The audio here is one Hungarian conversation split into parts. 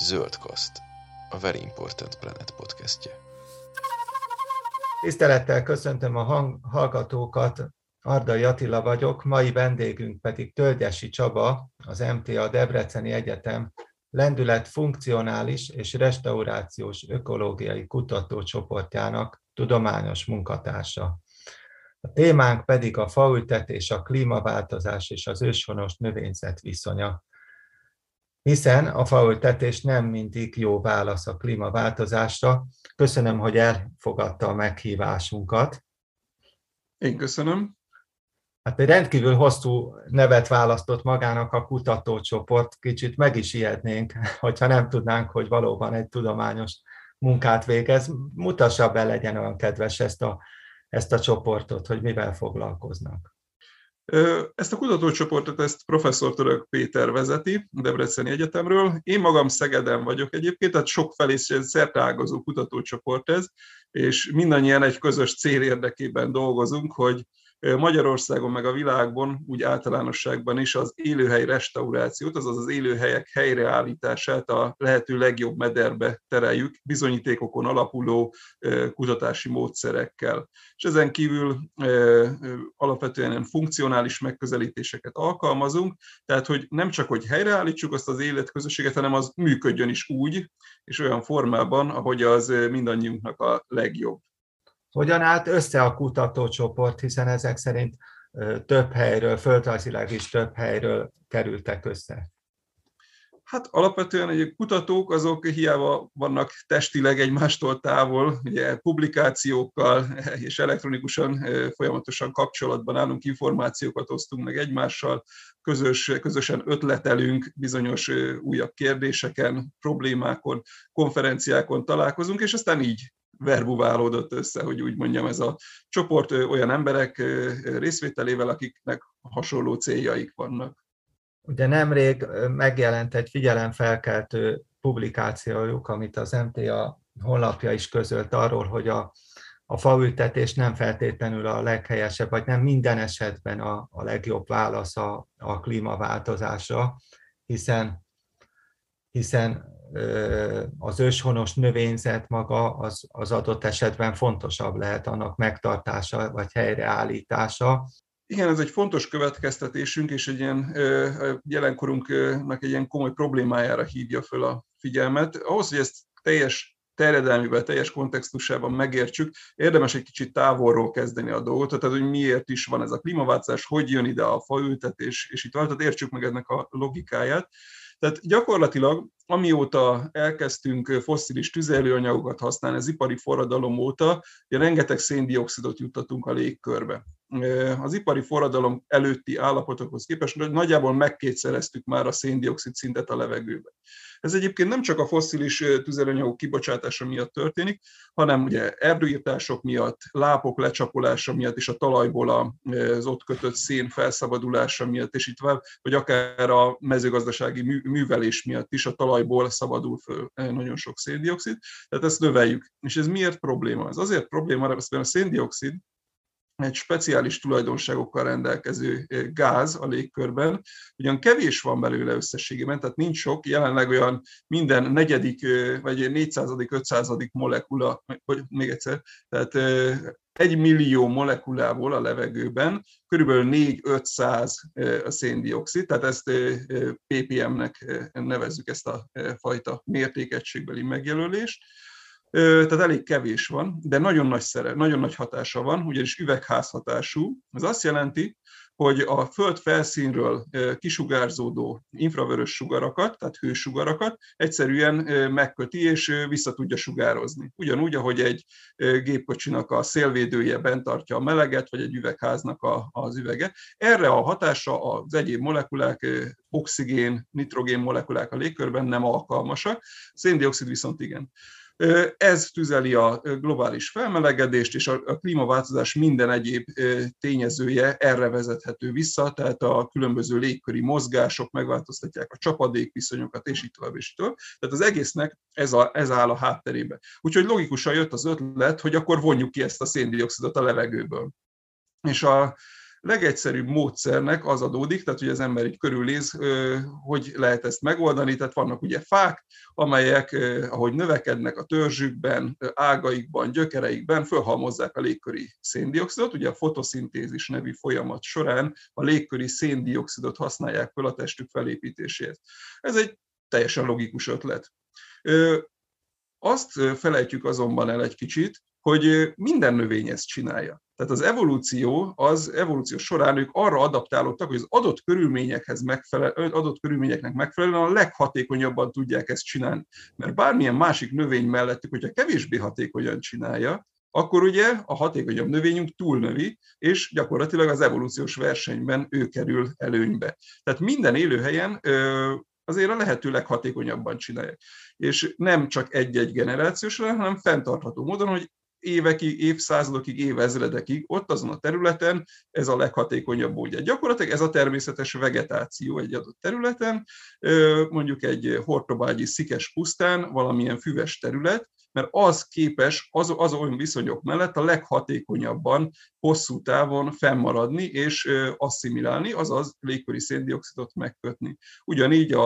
Zöldkaszt, a Very Important Planet podcastje. Tisztelettel köszöntöm a hallgatókat, Ardai Attila vagyok, mai vendégünk pedig Tölgyesi Csaba, az MTA Debreceni Egyetem Lendület Funkcionális és Restaurációs Ökológiai Kutatócsoportjának tudományos munkatársa. A témánk pedig a faültetés, a klímaváltozás és az őshonos növényzet viszonya. Hiszen a faültetés nem mindig jó válasz a klímaváltozásra. Köszönöm, hogy elfogadta a meghívásunkat. Én köszönöm. Hát egy rendkívül hosszú nevet választott magának a kutatócsoport, kicsit meg is ijednénk, hogyha nem tudnánk, hogy valóban egy tudományos munkát végez. Mutassa be, legyen olyan kedves ezt a csoportot, hogy mivel foglalkoznak. Ezt a kutatócsoportot professzor Török Péter vezeti a Debreceni Egyetemről. Én magam Szegeden vagyok egyébként, tehát sokfelé szerteágazó kutatócsoport ez, és mindannyian egy közös cél érdekében dolgozunk, hogy Magyarországon meg a világban, úgy általánosságban is az élőhely restaurációt, azaz az élőhelyek helyreállítását a lehető legjobb mederbe tereljük, bizonyítékokon alapuló kutatási módszerekkel. És ezen kívül alapvetően funkcionális megközelítéseket alkalmazunk, tehát hogy nem csak, hogy helyreállítsuk azt az életközösséget, hanem az működjön is úgy, és olyan formában, ahogy az mindannyiunknak a legjobb. Hogyan állt össze a kutatócsoport, hiszen ezek szerint több helyről, földrajzilag is több helyről kerültek össze? Hát alapvetően egy kutatók azok hiába vannak testileg egymástól távol, ugye publikációkkal és elektronikusan folyamatosan kapcsolatban állunk, információkat osztunk meg egymással, közösen ötletelünk, bizonyos újabb kérdéseken, problémákon, konferenciákon találkozunk, és aztán így verbuválódott össze, hogy úgy mondjam, ez a csoport olyan emberek részvételével, akiknek hasonló céljaik vannak. Ugye nemrég megjelent egy figyelemfelkeltő publikációjuk, amit az MTA honlapja is közölt arról, hogy a faültetés nem feltétlenül a leghelyesebb, vagy nem minden esetben a legjobb válasz a klímaváltozásra, hiszen az őshonos növényzet maga az adott esetben fontosabb lehet, annak megtartása vagy helyreállítása. Igen, ez egy fontos következtetésünk, és egy ilyen jelenkorunknak egy ilyen komoly problémájára hívja föl a figyelmet. Ahhoz, hogy ezt teljes terjedelmével, teljes kontextusában megértsük, érdemes egy kicsit távolról kezdeni a dolgot, tehát hogy miért is van ez a klímaváltozás, hogy jön ide a faültetés, és itt tehát értsük meg ennek a logikáját. Tehát gyakorlatilag, amióta elkezdtünk fosszilis tüzelőanyagokat használni, az ipari forradalom óta, ugye rengeteg széndioxidot juttatunk a légkörbe. Az ipari forradalom előtti állapotokhoz képest nagyjából megkétszereztük már a széndioxid szintet a levegőben. Ez egyébként nem csak a fosszilis tüzelőanyagok kibocsátása miatt történik, hanem ugye erdőirtások miatt, lápok lecsapolása miatt és a talajból az ott kötött szén felszabadulása miatt, és itt van, vagy akár a mezőgazdasági művelés miatt is a talajból szabadul föl nagyon sok széndioxid, tehát ezt növeljük. És ez miért probléma? Ez azért probléma, mert a széndioxid egy speciális tulajdonságokkal rendelkező gáz a légkörben, ugyan kevés van belőle összességében, tehát nincs sok, jelenleg olyan minden negyedik, vagy 400-500 molekula, vagy még egyszer, tehát 1 millió molekulából a levegőben körülbelül 4-500 a széndioxid, tehát ezt ppm-nek nevezzük ezt a fajta mértékegységbeli megjelölést. Tehát elég kevés van, de nagyon nagy hatása van, ugyanis üvegházhatású. Ez azt jelenti, hogy a föld felszínről kisugárzódó infravörös sugarakat, tehát hősugarakat egyszerűen megköti és vissza tudja sugározni. Ugyanúgy, ahogy egy gépkocsinak a szélvédője bent tartja a meleget, vagy egy üvegháznak az üvege. Erre a hatásra az egyéb molekulák, oxigén, nitrogén molekulák a légkörben nem alkalmasak, széndioxid viszont igen. Ez tüzeli a globális felmelegedést, és a klímaváltozás minden egyéb tényezője erre vezethető vissza, tehát a különböző légköri mozgások megváltoztatják a csapadékviszonyokat, és így tovább, és így tovább. Tehát az egésznek ez áll a hátterébe. Úgyhogy logikusan jött az ötlet, hogy akkor vonjuk ki ezt a széndioxidot a levegőből. És legegyszerűbb módszernek az adódik, tehát hogy az ember így körülnéz, hogy lehet ezt megoldani, tehát vannak ugye fák, amelyek, ahogy növekednek a törzsükben, ágaikban, gyökereikben, fölhalmozzák a légköri széndioxidot, ugye a fotoszintézis nevű folyamat során a légköri széndioxidot használják föl a testük felépítéséhez. Ez egy teljesen logikus ötlet. Azt felejtjük azonban el egy kicsit, hogy minden növény ezt csinálja. Tehát az evolúció során ők arra adaptálódtak, hogy az adott körülményeknek megfelelően a leghatékonyabban tudják ezt csinálni. Mert bármilyen másik növény mellettük, hogyha kevésbé hatékonyan csinálja, akkor ugye a hatékonyabb növényünk túlnövi, és gyakorlatilag az evolúciós versenyben ő kerül előnybe. Tehát minden élőhelyen azért a lehető leghatékonyabban csinálják. És nem csak egy-egy generáció során, hanem fenntartható módon, hogy évekig, évszázadokig, évezredekig ott azon a területen ez a leghatékonyabb módja. Gyakorlatilag ez a természetes vegetáció egy adott területen, mondjuk egy hortobágyi szikes pusztán, valamilyen füves terület, mert az képes az olyan viszonyok mellett a leghatékonyabban hosszú távon fennmaradni és asszimilálni, azaz légköri széndioxidot megkötni. Ugyanígy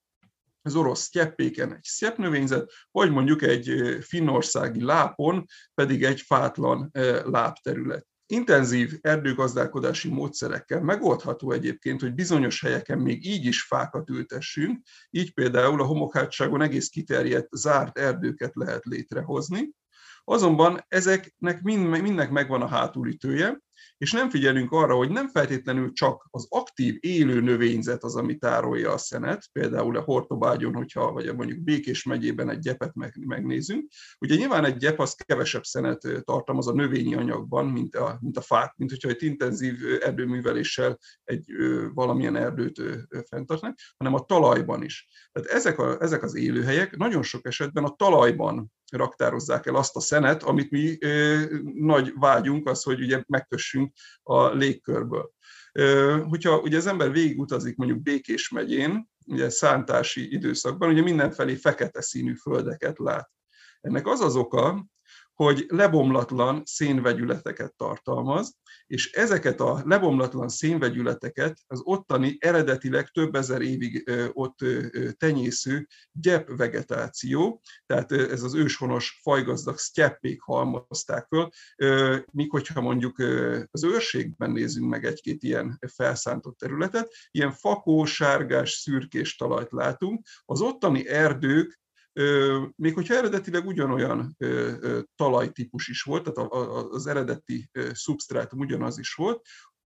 az orosz sztyeppéken egy sztyeppnövényzet, vagy mondjuk egy finnországi lápon pedig egy fátlan lápterület. Intenzív erdőgazdálkodási módszerekkel megoldható egyébként, hogy bizonyos helyeken még így is fákat ültessünk, így például a homokhátságon egész kiterjedt zárt erdőket lehet létrehozni, azonban ezeknek mindnek megvan a hátulütője, és nem figyelünk arra, hogy nem feltétlenül csak az aktív élő növényzet az, ami tárolja a szenet, például a Hortobágyon, vagy mondjuk Békés megyében egy gyepet megnézünk. Ugye nyilván egy gyep az kevesebb szenet tartalmaz a növényi anyagban, mint a fák, mint hogyha egy intenzív erdőműveléssel valamilyen erdőt fenntartnak, hanem a talajban is. Tehát ezek az élőhelyek nagyon sok esetben a talajban raktározzák el azt a szenet, amit mi nagy vágyunk, az, hogy ugye megkössünk a légkörből. Hogyha ugye az ember végigutazik mondjuk Békés megyén, ugye szántási időszakban, ugye mindenfelé fekete színű földeket lát. Ennek az az oka, hogy lebomlatlan szénvegyületeket tartalmaz, és ezeket a lebomlatlan szénvegyületeket az ottani eredetileg több ezer évig ott tenyésző gyepvegetáció, tehát ez az őshonos fajgazdag sztyeppék halmozták föl, míg hogyha mondjuk az őrségben nézzünk meg egy-két ilyen felszántott területet, ilyen fakó, sárgás, szürkés talajt látunk, az ottani erdők, még hogyha eredetileg ugyanolyan talajtípus is volt, tehát az eredeti szubsztrátum ugyanaz is volt,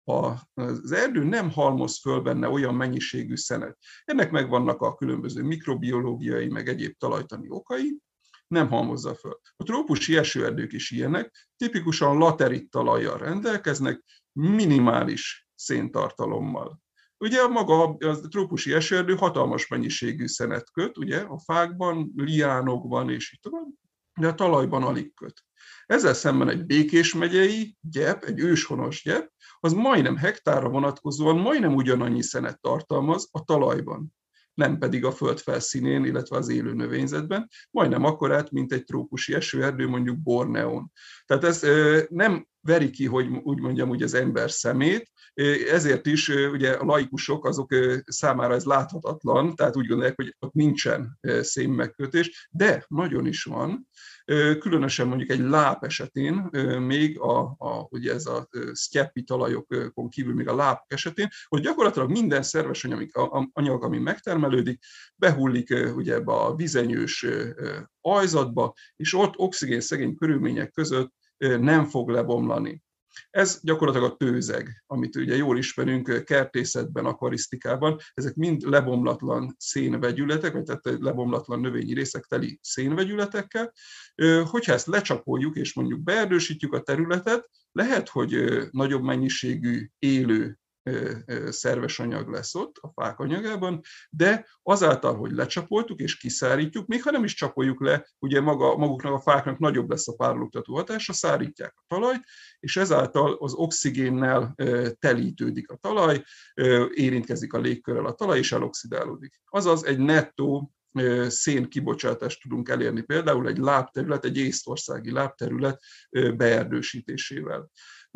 az erdő nem halmoz föl benne olyan mennyiségű szenet. Ennek megvannak a különböző mikrobiológiai, meg egyéb talajtani okai, nem halmozza föl. A trópusi esőerdők is ilyenek, tipikusan laterit talajjal rendelkeznek, minimális széntartalommal. Ugye a trópusi esőerdő hatalmas mennyiségű szenet köt, ugye a fákban, liánokban és így tovább, de a talajban alig köt. Ezzel szemben egy Békés megyei gyep, egy őshonos gyep, az majdnem hektárra vonatkozóan majdnem ugyanannyi szenet tartalmaz a talajban, nem pedig a föld felszínén, illetve az élő növényzetben, majdnem akkorát, mint egy trópusi esőerdő, mondjuk Borneón. Tehát ez nem veri ki, hogy úgy mondjam, úgy az ember szemét, ezért is ugye a laikusok azok számára ez láthatatlan, tehát úgy gondolják, hogy ott nincsen szénmegkötés, de nagyon is van. Különösen mondjuk egy láp esetén, még ugye ez a sztyeppi talajokon kívül még a láp esetén, hogy gyakorlatilag minden szerves anyag, ami megtermelődik, behullik ugye ebbe a vizenyős ajzatba, és ott oxigénszegény körülmények között nem fog lebomlani. Ez gyakorlatilag a tőzeg, amit ugye jól ismerünk kertészetben, akvarisztikában, ezek mind lebomlatlan szénvegyületek, vagy tehát lebomlatlan növényi részek teli szénvegyületekkel. Hogyha ezt lecsapoljuk és mondjuk beerdősítjük a területet, lehet, hogy nagyobb mennyiségű élő szerves anyag lesz ott a fák anyagában, de azáltal, hogy lecsapoltuk és kiszárítjuk, még ha nem is csapoljuk le, ugye maguknak a fáknak nagyobb lesz a párologtató hatása, szárítják a talajt, és ezáltal az oxigénnel telítődik a talaj, érintkezik a légkörrel a talaj, és eloxidálódik. Azaz egy nettó szénkibocsátást tudunk elérni, például egy lábterület, egy észtországi lábterület beerdősítésével.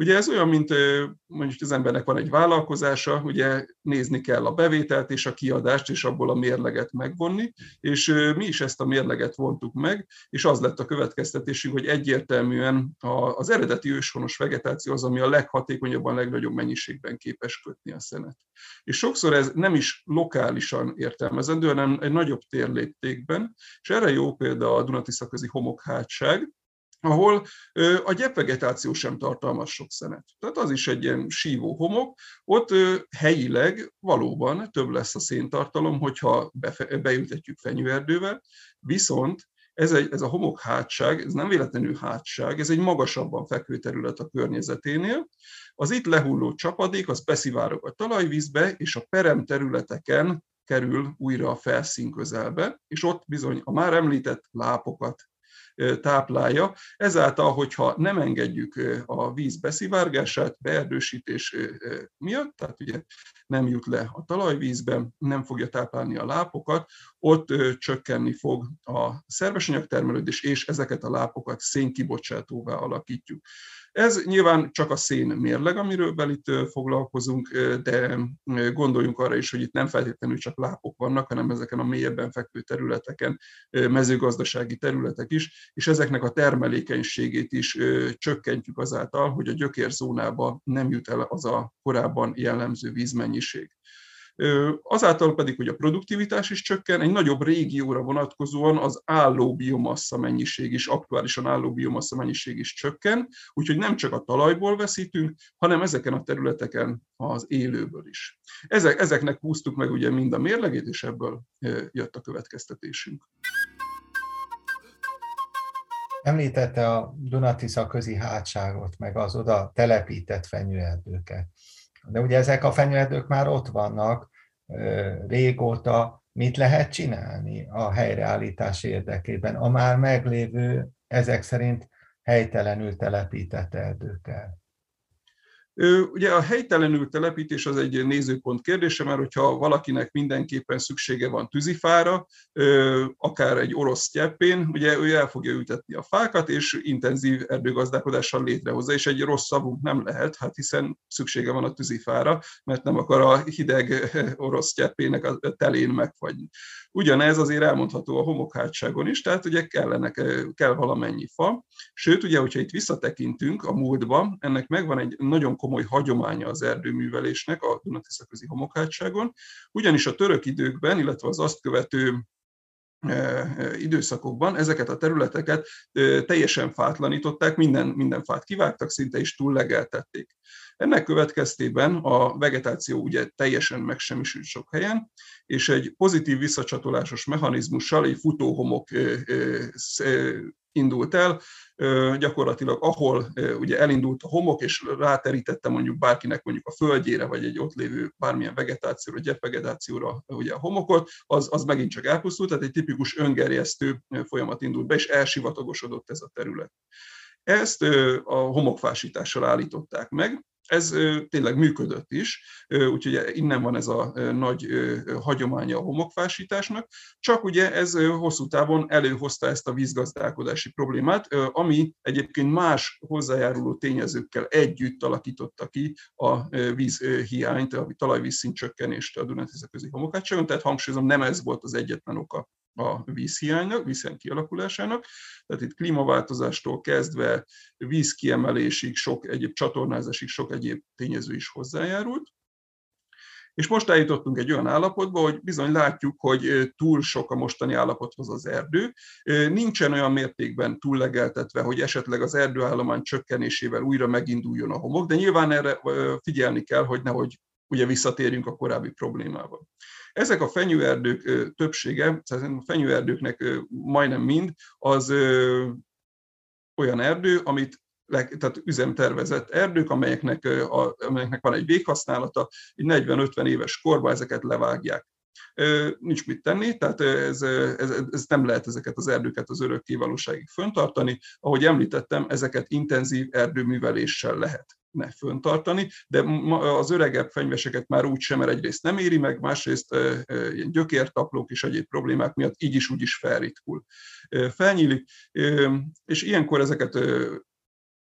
Ugye ez olyan, mint mondjuk az embernek van egy vállalkozása, ugye nézni kell a bevételt és a kiadást, és abból a mérleget megvonni, és mi is ezt a mérleget vontuk meg, és az lett a következtetésünk, hogy egyértelműen az eredeti őshonos vegetáció az, ami a leghatékonyabban, legnagyobb mennyiségben képes kötni a szenet. És sokszor ez nem is lokálisan értelmezendő, hanem egy nagyobb térléptékben, és erre jó példa a Duna-Tisza-közi homokhátság, ahol a gyepvegetáció sem tartalmaz sok szenet. Tehát az is egy ilyen sívó homok, ott helyileg valóban több lesz a széntartalom, hogyha beültetjük fenyőerdővel, viszont ez a homokhátság, ez nem véletlenül hátság, ez egy magasabban fekvő terület a környezeténél. Az itt lehulló csapadék, az beszivárog a talajvízbe, és a perem területeken kerül újra a felszín közelbe, és ott bizony a már említett lápokat táplálja. Ezáltal, hogyha nem engedjük a víz beszivárgását beerdősítés miatt, tehát ugye nem jut le a talajvízbe, nem fogja táplálni a lápokat, ott csökkenni fog a szervesanyagtermelődés, és ezeket a lápokat szénkibocsátóvá alakítjuk. Ez nyilván csak a szén mérleg, amiről itt foglalkozunk, de gondoljunk arra is, hogy itt nem feltétlenül csak lápok vannak, hanem ezeken a mélyebben fekvő területeken mezőgazdasági területek is, és ezeknek a termelékenységét is csökkentjük azáltal, hogy a gyökérzónába nem jut el az a korábban jellemző vízmennyiség. Azáltal pedig, hogy a produktivitás is csökken, egy nagyobb régióra vonatkozóan az álló biomassa mennyiség is, aktuálisan álló biomassa mennyiség is csökken, úgyhogy nem csak a talajból veszítünk, hanem ezeken a területeken az élőből is. Ezeknek húztuk meg ugye mind a mérlegét, és ebből jött a következtetésünk. Említette a Duna-Tisza-közi hátságot, meg az oda telepített fenyőerdőket. De ugye ezek a fenyőerdők már ott vannak régóta. Mit lehet csinálni a helyreállítás érdekében a már meglévő, ezek szerint helytelenül telepített erdőkkel? Ugye a helytelenül telepítés az egy nézőpont kérdése, mert hogyha valakinek mindenképpen szüksége van tűzifára, akár egy orosz sztyeppén, ugye ő el fogja ültetni a fákat, és intenzív erdőgazdálkodással létrehozza, és egy rossz szavunk nem lehet, hát hiszen szüksége van a tűzifára, mert nem akar a hideg orosz sztyeppének a telén megfagyni. Ugyanez azért elmondható a homokhátságon is, tehát ugye kell valamennyi fa, sőt, ugye, hogyha itt visszatekintünk a múltba, ennek megvan egy nagyon komoly hagyománya az erdőművelésnek a Duna-Tisza-közi homokhátságon, ugyanis a török időkben, illetve az azt követő időszakokban ezeket a területeket teljesen fátlanították, minden fát kivágtak, szinte is túllegeltették. Ennek következtében a vegetáció ugye teljesen megsemmisült sok helyen, és egy pozitív visszacsatolásos mechanizmussal egy futóhomok indult el, gyakorlatilag ahol ugye elindult a homok, és ráterítette mondjuk bárkinek mondjuk a földjére, vagy egy ott lévő bármilyen vegetációra, gyepvegetációra ugye a homokot, az megint csak elpusztult, tehát egy tipikus öngerjesztő folyamat indult be, és elsivatagosodott ez a terület. Ezt a homokfásítással állították meg. Ez tényleg működött is, úgyhogy innen van ez a nagy hagyománya a homokfásításnak, csak ugye ez hosszú távon előhozta ezt a vízgazdálkodási problémát, ami egyébként más hozzájáruló tényezőkkel együtt alakította ki a vízhiányt, a talajvízszint csökkenést a Duna-Tisza-közi homokhátságon, tehát hangsúlyozom, nem ez volt az egyetlen oka a vízhiánynak, vízhiány kialakulásának. Tehát itt klímaváltozástól kezdve vízkiemelésig, sok egyéb csatornázásig, sok egyéb tényező is hozzájárult. És most eljutottunk egy olyan állapotba, hogy bizony látjuk, hogy túl sok a mostani állapothoz az erdő. Nincsen olyan mértékben túllegeltetve, hogy esetleg az erdőállomány csökkenésével újra meginduljon a homok, de nyilván erre figyelni kell, hogy nehogy ugye visszatérjünk a korábbi problémába. Ezek a fenyőerdők többsége, a fenyőerdőknek majdnem mind, az olyan erdő, tehát üzemtervezett erdők, amelyeknek van egy véghasználata, egy 40-50 éves korban ezeket levágják. Nincs mit tenni, tehát ez nem lehet ezeket az erdőket az örökké valóságig föntartani. Ahogy említettem, ezeket intenzív erdőműveléssel lehet föntartani, de az öregebb fenyveseket már úgy sem, mert egyrészt nem éri meg, másrészt ilyen gyökértaplók és egyéb problémák miatt így is úgy is felritkul. Felnyílik, és ilyenkor ezeket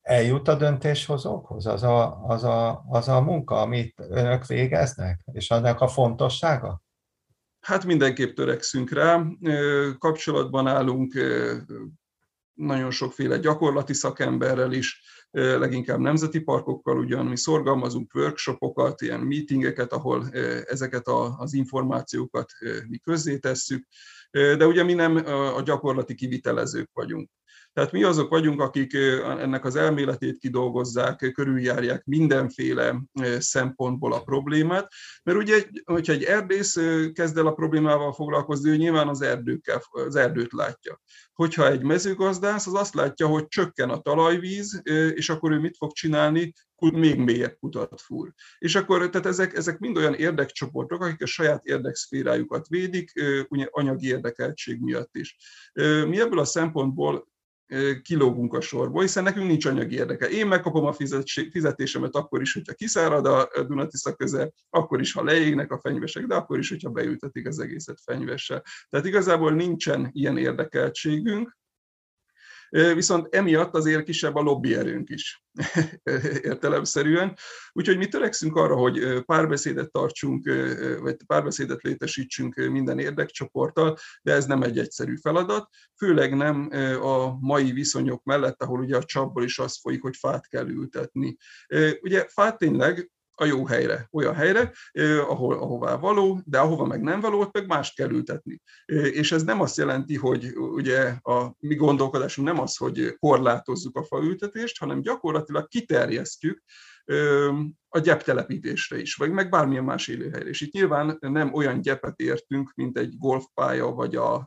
eljut a döntéshozókhoz az a munka, amit önök végeznek, és annak a fontossága? Hát mindenképp törekszünk rá. Kapcsolatban állunk nagyon sokféle gyakorlati szakemberrel is, leginkább nemzeti parkokkal, ugyan mi szorgalmazunk workshopokat, ilyen meetingeket, ahol ezeket az információkat mi közzétesszük, de ugye mi nem a gyakorlati kivitelezők vagyunk. Tehát mi azok vagyunk, akik ennek az elméletét kidolgozzák, körüljárják mindenféle szempontból a problémát, mert ugye, hogyha egy erdész kezd el a problémával foglalkozni, ő nyilván az erdőt látja. Hogyha egy mezőgazdász, az azt látja, hogy csökken a talajvíz, és akkor ő mit fog csinálni? Még mélyebb kutat fúr. És akkor tehát ezek mind olyan érdekcsoportok, akik a saját érdekszférájukat védik, ugye anyagi érdekeltség miatt is. Mi ebből a szempontból kilógunk a sorból, hiszen nekünk nincs anyagi érdeke. Én megkapom a fizetésemet akkor is, hogyha kiszárad a Duna-Tisza köze, akkor is, ha leégnek a fenyvesek, de akkor is, hogyha beültetik az egészet fenyvessel. Tehát igazából nincsen ilyen érdekeltségünk, viszont emiatt azért kisebb a lobbyerőnk is értelemszerűen. Úgyhogy mi törekszünk arra, hogy párbeszédet tartsunk, vagy párbeszédet létesítsünk minden érdekcsoporttal, de ez nem egy egyszerű feladat, főleg nem a mai viszonyok mellett, ahol ugye a csapból is az folyik, hogy fát kell ültetni. Ugye fát tényleg a jó helyre, olyan helyre, ahová való, de ahova meg nem való, ott meg mást kell ültetni. És ez nem azt jelenti, hogy ugye a mi gondolkodásunk nem az, hogy korlátozzuk a faültetést, hanem gyakorlatilag kiterjesztjük a gyeptelepítésre is, vagy meg bármilyen más élőhelyre. És itt nyilván nem olyan gyepet értünk, mint egy golfpálya, vagy a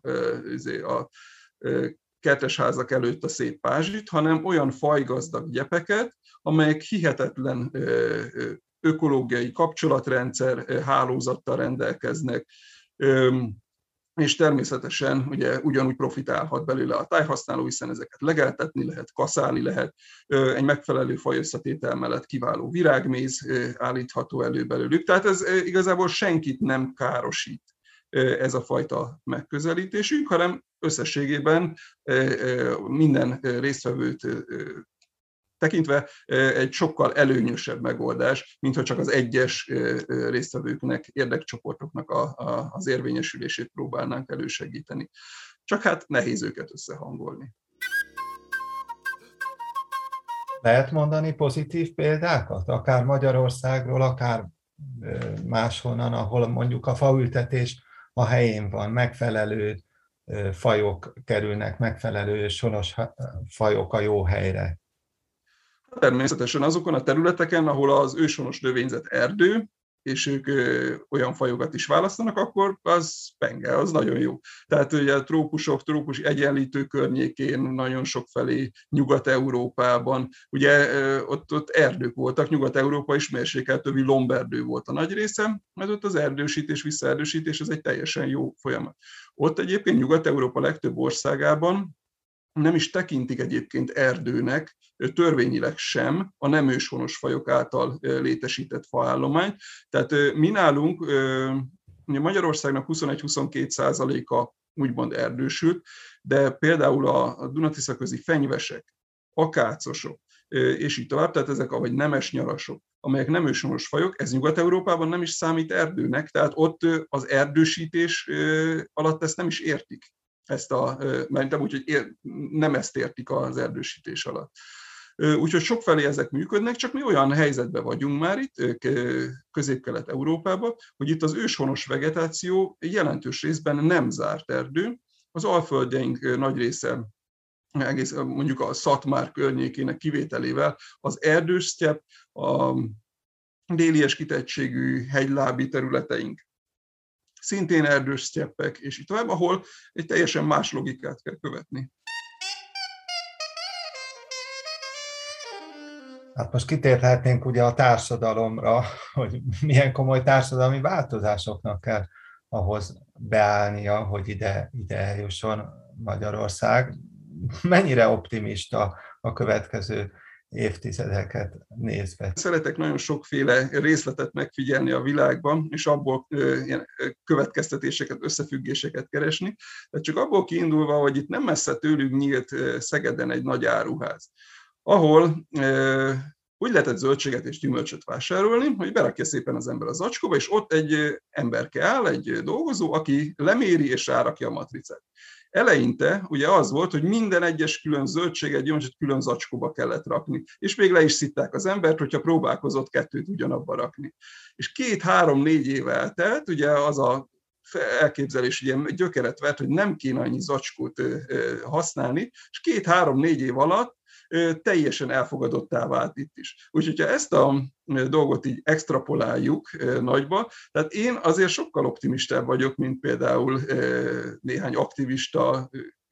kertesházak előtt a szép pázsit, hanem olyan fajgazdag gyepeket, amelyek hihetetlen ökológiai kapcsolatrendszer hálózattal rendelkeznek, és természetesen ugye ugyanúgy profitálhat belőle a tájhasználó, hiszen ezeket legeltetni lehet, kaszálni lehet, egy megfelelő fajösszetétel mellett kiváló virágméz állítható elő belőlük. Tehát ez igazából senkit nem károsít ez a fajta megközelítésünk, hanem összességében minden résztvevőt tekintve egy sokkal előnyösebb megoldás, mintha csak az egyes résztvevőknek, érdekcsoportoknak az érvényesülését próbálnánk elősegíteni. Csak hát nehéz őket összehangolni. Lehet mondani pozitív példákat, akár Magyarországról, akár máshonnan, ahol mondjuk a faültetés a helyén van, megfelelő fajok kerülnek, megfelelő sonos fajok a jó helyre? Természetesen azokon a területeken, ahol az őshonos növényzet erdő, és ők olyan fajokat is választanak, akkor az penge, az nagyon jó. Tehát ugye a trópus egyenlítő környékén, nagyon sokfelé, Nyugat-Európában, ugye ott erdők voltak, Nyugat-Európa is mérsékelt övi lomberdő volt a nagy része, mert ott az erdősítés, visszaerdősítés, ez egy teljesen jó folyamat. Ott egyébként Nyugat-Európa legtöbb országában nem is tekintik egyébként erdőnek, törvényileg sem a nem őshonos fajok által létesített faállomány. Tehát mi nálunk, Magyarországnak 21-22%-a úgymond erdősült, de például a Duna-Tisza közi fenyvesek, akácosok, és így tovább, tehát ezek vagy nemes nyarasok, amelyek nem őshonos fajok, ez Nyugat-Európában nem is számít erdőnek, tehát ott az erdősítés alatt ezt nem is értik. Mert úgy, hogy nem ezt értik az erdősítés alatt. Úgyhogy sokfelé ezek működnek, csak mi olyan helyzetben vagyunk már itt, Közép-Kelet-Európában, hogy itt az őshonos vegetáció jelentős részben nem zárt erdő. Az alföldjeink nagy része, egész mondjuk a Szatmár környékének kivételével az erdős sztyepp, a délies kitettségű hegylábi területeink szintén erdős sztyeppek, és így tovább, ahol egy teljesen más logikát kell követni. Hát most kitérhetnénk ugye a társadalomra, hogy milyen komoly társadalmi változásoknak kell ahhoz beállnia, hogy ide jusson Magyarország. Mennyire optimista a következő évtizedeket nézve? Szeretek nagyon sokféle részletet megfigyelni a világban, és abból ilyen következtetéseket, összefüggéseket keresni. De csak abból kiindulva, hogy itt nem messze tőlünk nyílt Szegeden egy nagy áruház, ahol úgy lehetett zöldséget és gyümölcsöt vásárolni, hogy berakja szépen az ember a zacskóba, és ott egy emberke áll, egy dolgozó, aki leméri és rárakja a matricát. Eleinte ugye az volt, hogy minden egyes külön zöldséget, gyümölcsöt külön zacskóba kellett rakni, és még le is szitták az embert, hogyha próbálkozott kettőt ugyanabba rakni. És 2-3-4 év eltelt, ugye az a elképzelés ugye gyökeret vert, hogy nem kéne annyi zacskót használni, és 2-3-4 év alatt teljesen elfogadottá vált itt is. Úgyhogy ha ezt a dolgot így extrapoláljuk nagyba, tehát én azért sokkal optimistább vagyok, mint például néhány aktivista,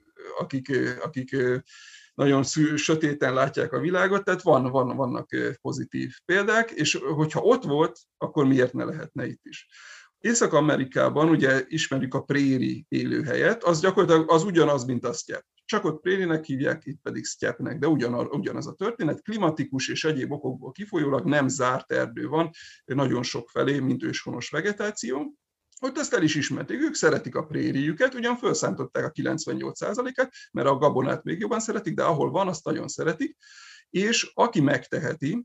akik nagyon sötéten látják a világot, tehát vannak pozitív példák, és hogyha ott volt, akkor miért ne lehetne itt is. Észak-Amerikában ugye ismerjük a préri élőhelyet, az gyakorlatilag az ugyanaz, mint a sztyep. Csak ott prérinek hívják, itt pedig sztyepnek, de ugyanaz a történet, klimatikus és egyéb okokból kifolyólag nem zárt erdő van, nagyon sok felé, mint őshonos vegetáció. Ott ezt el is ismerték, ők szeretik a prérijüket, ugyan felszámtották a 98%-át, mert a gabonát még jobban szeretik, de ahol van, azt nagyon szeretik, és aki megteheti,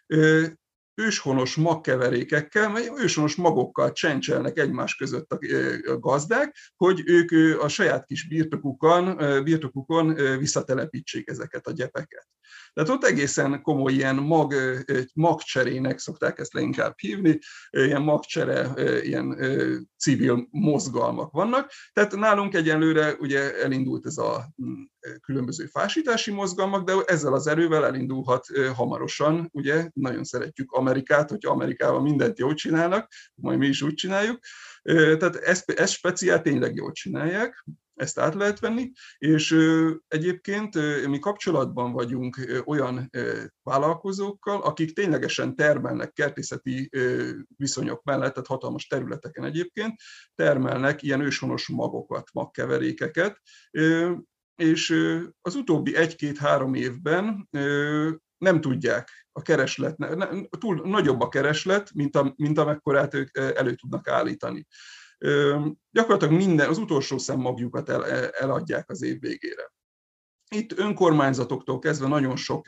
őshonos magkeverékekkel, vagy őshonos magokkal csencselnek egymás között a gazdák, hogy ők a saját kis birtokukon visszatelepítsék ezeket a gyepeket. Tehát ott egészen komoly ilyen magcserének szokták ezt leginkább hívni, ilyen magcsere, ilyen civil mozgalmak vannak. Tehát nálunk egyenlőre ugye elindult ez a különböző fásítási mozgalmak, de ezzel az erővel elindulhat hamarosan, ugye nagyon szeretjük Amerikát, hogyha Amerikában mindent jól csinálnak, majd mi is úgy csináljuk. Tehát ezt speciál tényleg jól csinálják, ezt át lehet venni, és egyébként mi kapcsolatban vagyunk olyan vállalkozókkal, akik ténylegesen termelnek kertészeti viszonyok mellett, tehát hatalmas területeken egyébként, termelnek ilyen őshonos magokat, magkeverékeket, és az utóbbi 1-2-3 évben nem tudják a kereslet, túl nagyobb a kereslet, mint amekkorát ők elő tudnak állítani. Gyakorlatilag az utolsó szem magjukat eladják az év végére. Itt önkormányzatoktól kezdve nagyon sok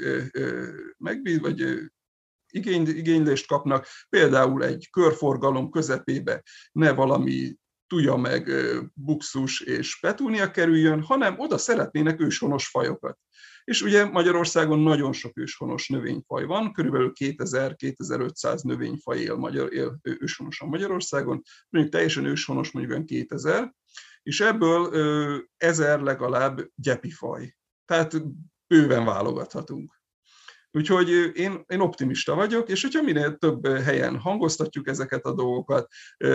igénylést kapnak, például egy körforgalom közepébe ne valami tuja meg buxus és petúnia kerüljön, hanem oda szeretnének őshonos fajokat. És ugye Magyarországon nagyon sok őshonos növényfaj van, körülbelül 2000-2500 növényfaj él őshonosan Magyarországon, mondjuk teljesen őshonos mondjuk olyan 2000, és ebből 1000 legalább gyepifaj. Tehát bőven válogathatunk. Úgyhogy én optimista vagyok, és hogyha minél több helyen hangoztatjuk ezeket a dolgokat,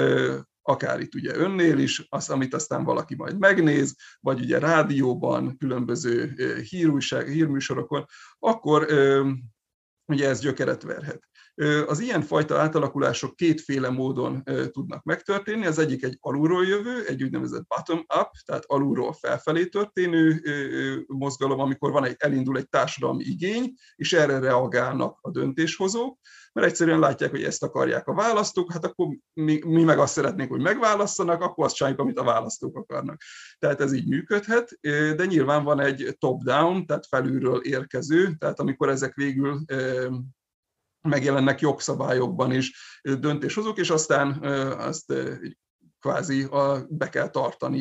akár itt ugye önnél is, amit aztán valaki majd megnéz, vagy ugye rádióban, különböző hírműsorokon, akkor ugye ez gyökeret verhet. Az ilyenfajta átalakulások kétféle módon tudnak megtörténni. Az egyik egy alulról jövő, egy úgynevezett bottom-up, tehát alulról felfelé történő mozgalom, amikor elindul egy társadalmi igény, és erre reagálnak a döntéshozók, mert egyszerűen látják, hogy ezt akarják a választók, hát akkor mi meg azt szeretnénk, hogy megválasszanak, akkor azt csináljuk, amit a választók akarnak. Tehát ez így működhet, de nyilván van egy top-down, tehát felülről érkező, tehát amikor ezek végül megjelennek jogszabályokban is döntéshozók, és aztán azt kvázi be kell tartani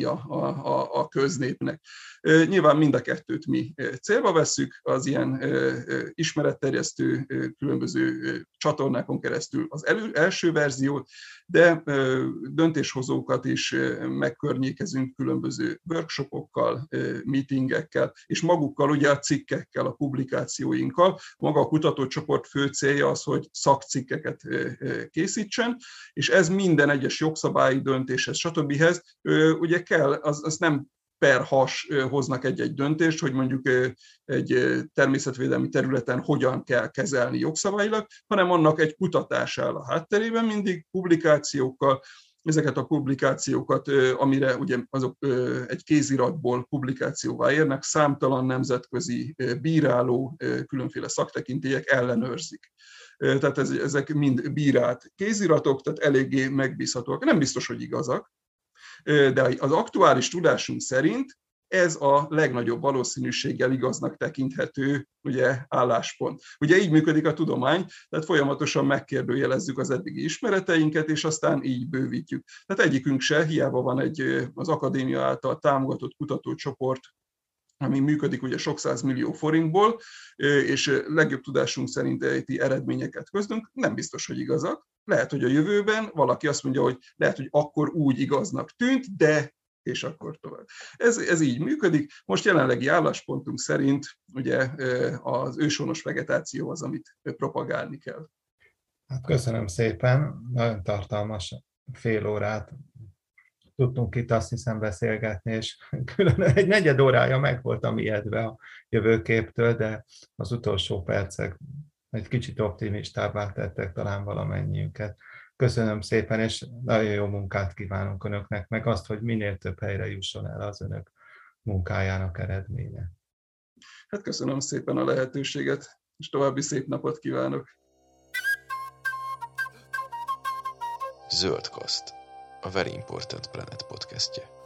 a köznépnek. Nyilván mind a kettőt mi célba vesszük, az ilyen ismeretterjesztő különböző csatornákon keresztül az első verziót, de döntéshozókat is megkörnyékezünk különböző workshopokkal, meetingekkel, és magukkal, ugye a cikkekkel, a publikációinkkal. Maga a kutatócsoport fő célja az, hogy szakcikkeket készítsen, és ez minden egyes jogszabályi döntéshez, stb. Ugye kell, az nem per has hoznak egy döntést, hogy mondjuk egy természetvédelmi területen hogyan kell kezelni jogszabályilag, hanem annak egy kutatás áll a hátterében mindig, publikációkkal. Ezeket a publikációkat, amire ugye azok egy kéziratból publikációvá érnek, számtalan nemzetközi bíráló, különféle szaktekintélyek ellenőrzik. Tehát ezek mind bírált kéziratok, tehát eléggé megbízhatóak. Nem biztos, hogy igazak, de az aktuális tudásunk szerint ez a legnagyobb valószínűséggel igaznak tekinthető ugye, álláspont. Ugye így működik a tudomány, tehát folyamatosan megkérdőjelezzük az eddigi ismereteinket, és aztán így bővítjük. Tehát egyikünk se, hiába van az akadémia által támogatott kutatócsoport, ami működik ugye sok 100 millió forintból, és legjobb tudásunk szerint eredményeket közlünk, nem biztos, hogy igazak. Lehet, hogy a jövőben valaki azt mondja, hogy lehet, hogy akkor úgy igaznak tűnt, de és akkor tovább. Ez így működik. Most jelenlegi álláspontunk szerint ugye az őshonos vegetáció az, amit propagálni kell. Hát köszönöm szépen, nagyon tartalmas fél órát tudtunk itt azt hiszem beszélgetni, és külön egy negyed órája meg voltam ijedve a jövőképtől, de az utolsó percek egy kicsit optimistábbá tettek talán valamennyiünket. Köszönöm szépen, és nagyon jó munkát kívánunk önöknek, meg azt, hogy minél több helyre jusson el az önök munkájának eredménye. Hát köszönöm szépen a lehetőséget, és további szép napot kívánok. Zöldkaszt, a Very Important Planet podcastje.